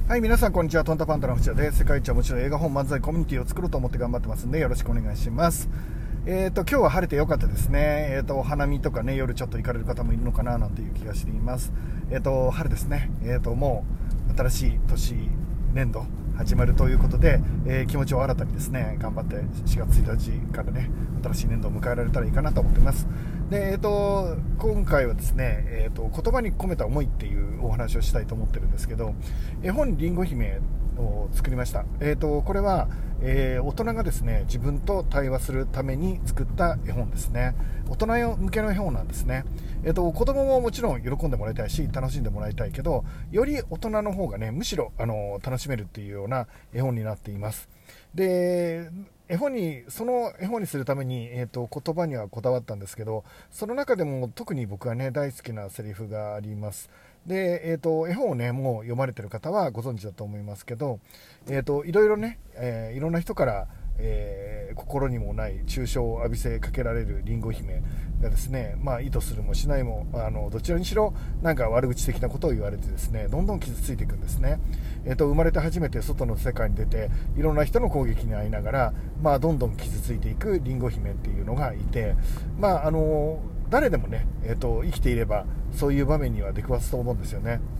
はい、皆さんこんにちは。トンタパンダの藤田で、世界一面白い映画本漫才コミュニティを作ろうと思って頑張ってますんで、よろしくお願いします。今日は晴れてよかったですね。お花見とかね、夜ちょっと行かれる方もいるのかななんていう気がしています。春ですね。もう新しい年年度始まるということで、気持ちを新たにですね、頑張って4月1日からね、新しい年度を迎えられたらいいかなと思っています。で、今回はですね、言葉に込めた思いっていうお話をしたいと思ってるんですけど、絵本りんご姫を作りました。これは、大人がですね、自分と対話するために作った絵本ですね。大人向けの絵本なんですね。子供ももちろん喜んでもらいたいし、楽しんでもらいたいけど、より大人の方がね、むしろ楽しめるっていうような絵本になっています。で、その絵本にするために、言葉にはこだわったんですけど、その中でも特に僕がね、大好きなセリフがあります。で、絵本をね、もう読まれてる方はご存知だと思いますけど、いろいろね、いろんな人から、心にもない中傷を浴びせかけられるりんご姫がですね、意図するもしないもどちらにしろなんか悪口的なことを言われてですね、どんどん傷ついていくんですね。生まれて初めて外の世界に出て、いろんな人の攻撃に遭いながら、どんどん傷ついていくりんご姫っていうのがいて、誰でもね、生きていればそういう場面には出くわすと思うんですよね。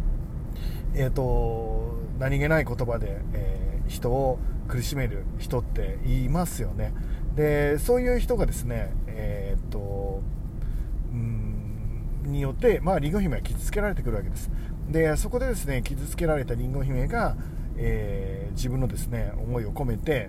何気ない言葉で、人を苦しめる人って言いますよね。で、そういう人がですね、によって、リンゴ姫は傷つけられてくるわけです。で、そこでですね、傷つけられたリンゴ姫が、自分のですね、思いを込めて、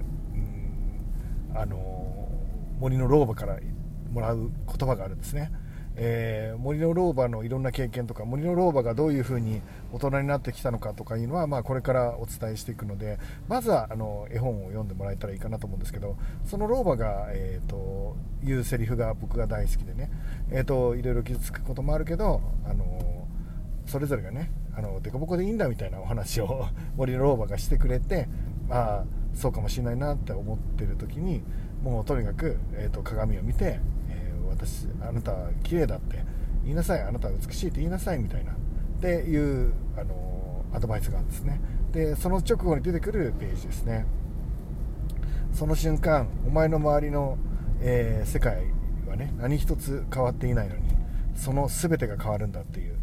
森の老婆からもらう言葉があるんですね。森の老婆のいろんな経験とか、森の老婆がどういうふうに大人になってきたのかとかいうのは、これからお伝えしていくので、まずは絵本を読んでもらえたらいいかなと思うんですけど、その老婆が、言うセリフが僕が大好きでね、いろいろ傷つくこともあるけど、それぞれがね、デコボコでいいんだみたいなお話を森の老婆がしてくれて、そうかもしれないなって思ってる時に、もうとにかく、鏡を見て、あなたは綺麗だって言いなさい、あなたは美しいって言いなさいみたいなっていうアドバイスがあるんですね。で、その直後に出てくるページですね。その瞬間、お前の周りの、世界はね、何一つ変わっていないのに、その全てが変わるんだっていう、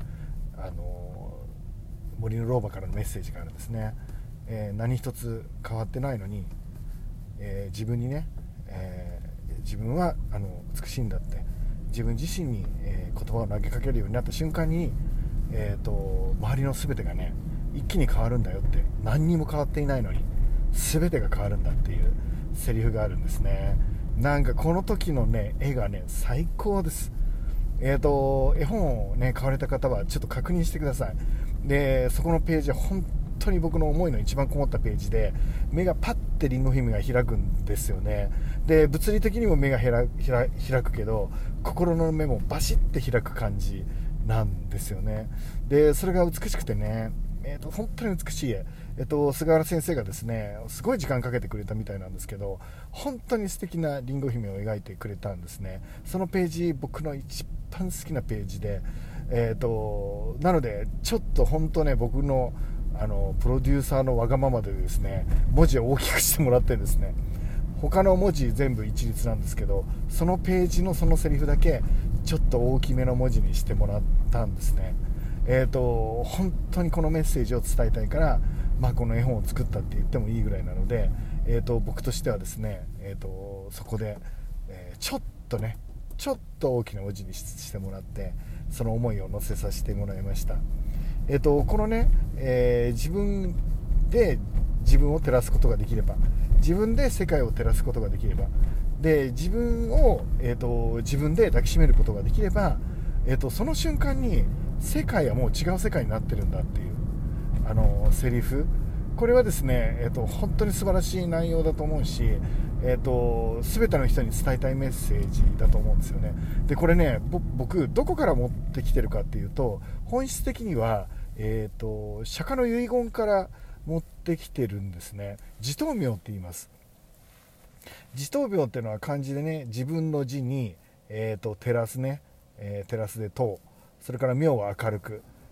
森の老婆からのメッセージがあるんですね。何一つ変わってないのに、自分にね、自分は美しいんだって自分自身に、言葉を投げかけるようになった瞬間に、周りの全てがね一気に変わるんだよって、何にも変わっていないのに全てが変わるんだっていうセリフがあるんですね。なんかこの時のね絵がね最高です。絵本をね買われた方はちょっと確認してください。で、そこのページは本当に僕の思いの一番こもったページで、目がパッてリンゴ姫が開くんですよね。で、物理的にも目が開くけど、心の目もバシッて開く感じなんですよね。で、それが美しくてね、本当に美しい絵。菅原先生がですね、すごい時間かけてくれたみたいなんですけど、本当に素敵なリンゴ姫を描いてくれたんですね。そのページ、僕の一番好きなページで、なので、ちょっと本当ね、僕のプロデューサーのわがままでですね、文字を大きくしてもらってですね、他の文字全部一律なんですけど、そのページのそのセリフだけちょっと大きめの文字にしてもらったんですね。本当にこのメッセージを伝えたいから、この絵本を作ったって言ってもいいぐらいなので、僕としてはですね、そこで、ちょっと大きな文字にしてもらって、その思いを乗せさせてもらいました。このね、自分で自分を照らすことができれば、自分で世界を照らすことができれば、で自分を、自分で抱きしめることができれば、その瞬間に世界はもう違う世界になってるんだっていうセリフ、これはですね、本当に素晴らしい内容だと思うし、全ての人に伝えたいメッセージだと思うんですよね。で、これね、僕どこから持ってきてるかっていうと、本質的には、釈迦の遺言から持ってきてるんですね。自灯明って言います。自灯明っていうのは漢字でね、自分の字に、照らすね、照らすで灯、それから明は明るく、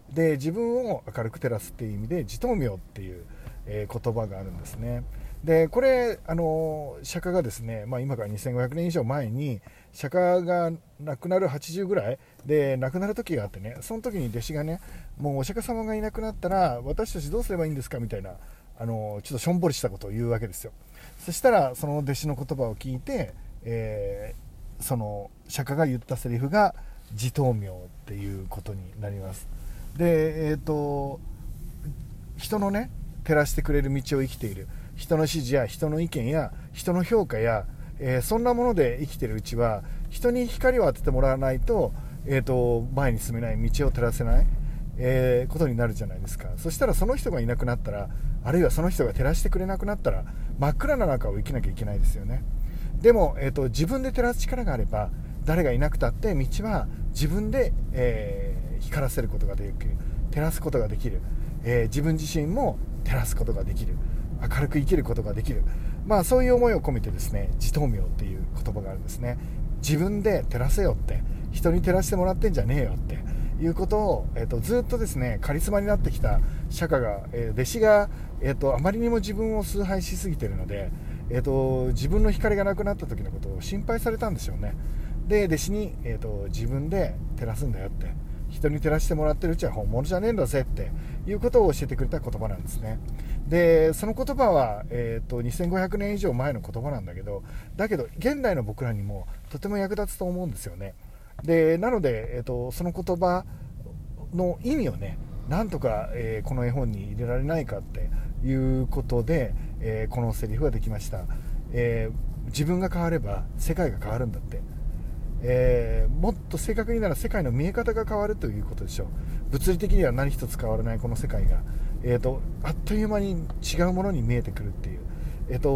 で自分を明るく照らすっていう意味で自灯明っていう、言葉があるんですね。でこれ釈迦がですね、今から2500年以上前に釈迦が亡くなる80ぐらいで亡くなる時があってね、その時に弟子がね、もうお釈迦様がいなくなったら私たちどうすればいいんですかみたいなちょっとしょんぼりしたことを言うわけですよ。そしたらその弟子の言葉を聞いて、その釈迦が言ったセリフが自灯明っていうことになります。で人のね照らしてくれる道を生きている、人の指示や人の意見や人の評価や、そんなもので生きているうちは人に光を当ててもらわないと、前に進めない、道を照らせない、ことになるじゃないですか。そしたらその人がいなくなったら、あるいはその人が照らしてくれなくなったら真っ暗な中を生きなきゃいけないですよね。でも、自分で照らす力があれば誰がいなくたって道は自分で、光らせることができる、照らすことができる、自分自身も照らすことができる、明るく生きることができる、そういう思いを込めてですね、自灯明っていう言葉があるんですね。自分で照らせよって、人に照らしてもらってんじゃねえよっていうことを、ずっとですねカリスマになってきた釈迦が、弟子が、あまりにも自分を崇拝しすぎているので、自分の光がなくなった時のことを心配されたんでしょうね。で弟子に、自分で照らすんだよって、人に照らしてもらってるうちは本物じゃねえんだぜっていうことを教えてくれた言葉なんですね。でその言葉は、2500年以上前の言葉なんだけど、現代の僕らにもとても役立つと思うんですよね。でなので、その言葉の意味をねなんとか、この絵本に入れられないかっていうことで、このセリフができました。自分が変われば世界が変わるんだって、もっと正確になら世界の見え方が変わるということでしょう。物理的には何一つ変わらないこの世界が、あっという間に違うものに見えてくるっていう、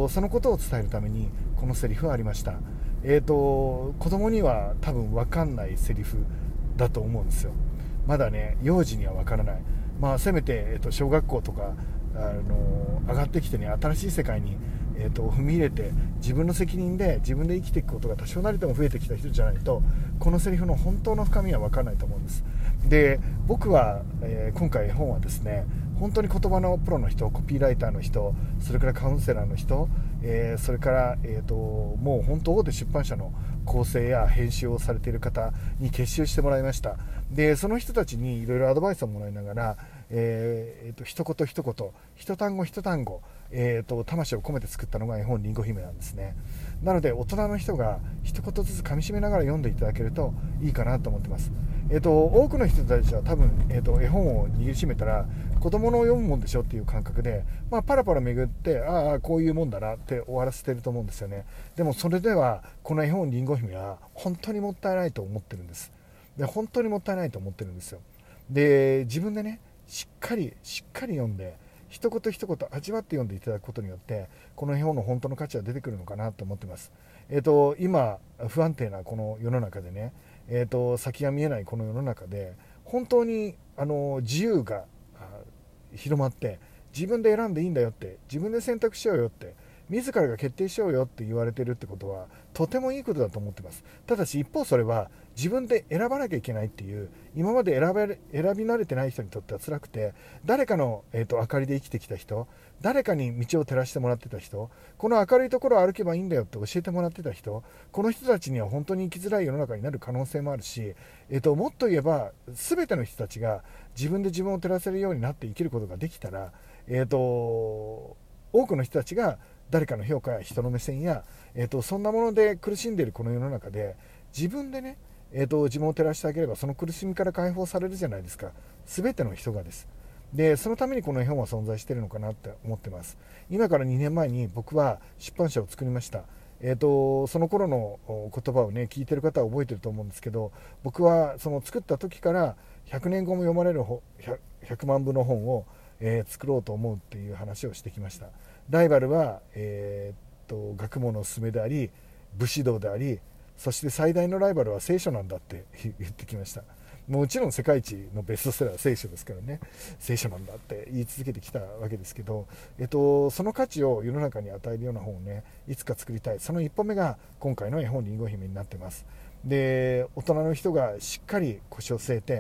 そのことを伝えるためにこのセリフはありました。子供には多分分かんないセリフだと思うんですよ。まだね幼児には分からない、せめて、小学校とか上がってきてね、新しい世界に、踏み入れて自分の責任で自分で生きていくことが多少なりとも増えてきた人じゃないとこのセリフの本当の深みは分からないと思うんです。で僕は、今回絵本はですね本当に言葉のプロの人、コピーライターの人、それからカウンセラーの人、それから、もう本当大手出版社の構成や編集をされている方に結集してもらいました。でその人たちにいろいろアドバイスをもらいながら、一言一言、一単語一単語、魂を込めて作ったのが絵本りんご姫なんですね。なので大人の人が一言ずつ噛み締めながら読んでいただけるといいかなと思ってます。多くの人たちは多分、絵本を握りしめたら子供の読むもんでしょっていう感覚で、パラパラ巡ってこういうもんだなって終わらせてると思うんですよね。でもそれではこの絵本りんご姫は本当にもったいないと思ってるんです。で本当にもったいないと思ってるんですよ。で自分でねしっかり読んで一言一言味わって読んでいただくことによってこの絵本の本当の価値は出てくるのかなと思ってます。今不安定なこの世の中でね、先が見えないこの世の中で本当に自由が広まって自分で選んでいいんだよって、自分で選択しようよって、自らが決定しようよって言われてるってことはとてもいいことだと思ってます。ただし一方それは自分で選ばなきゃいけないっていう、今まで選び慣れてない人にとっては辛くて、誰かの、明かりで生きてきた人、誰かに道を照らしてもらってた人、この明るいところを歩けばいいんだよって教えてもらってた人、この人たちには本当に生きづらい世の中になる可能性もあるし、もっと言えば全ての人たちが自分で自分を照らせるようになって生きることができたら、多くの人たちが誰かの評価や人の目線や、そんなもので苦しんでいるこの世の中で自分でね、自分を照らしてあげればその苦しみから解放されるじゃないですか、全ての人がです。でそのためにこの絵本は存在しているのかなって思ってます。今から2年前に僕は出版社を作りました。その頃の言葉をね聞いてる方は覚えてると思うんですけど、僕はその作った時から100年後も読まれる100万部の本を、作ろうと思うっていう話をしてきました。ライバルは、学問の勧めであり武士道であり、そして最大のライバルは聖書なんだって言ってきました。もちろん世界一のベストセラーは聖書ですからね、聖書なんだって言い続けてきたわけですけど、その価値を世の中に与えるような本をねいつか作りたい、その一歩目が今回の絵本りんご姫になってます。で大人の人がしっかり腰を据えて、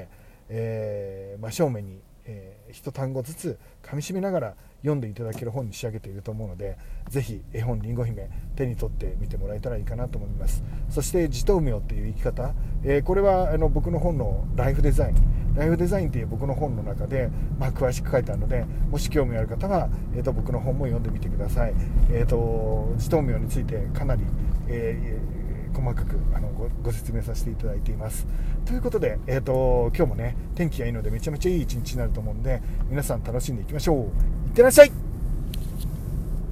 真正面に、一単語ずつ噛み締めながら読んでいただける本に仕上げていると思うので、ぜひ絵本りんご姫手に取ってみてもらえたらいいかなと思います。そして地頭名っていう生き方、これは僕の本のライフデザインっていう僕の本の中で、詳しく書いてあるので、もし興味ある方は、僕の本も読んでみてください。地頭名についてかなり、細かくご説明させていただいています。ということで、今日もね天気がいいのでめちゃめちゃいい一日になると思うんで、皆さん楽しんでいきましょう。いってらっしゃい。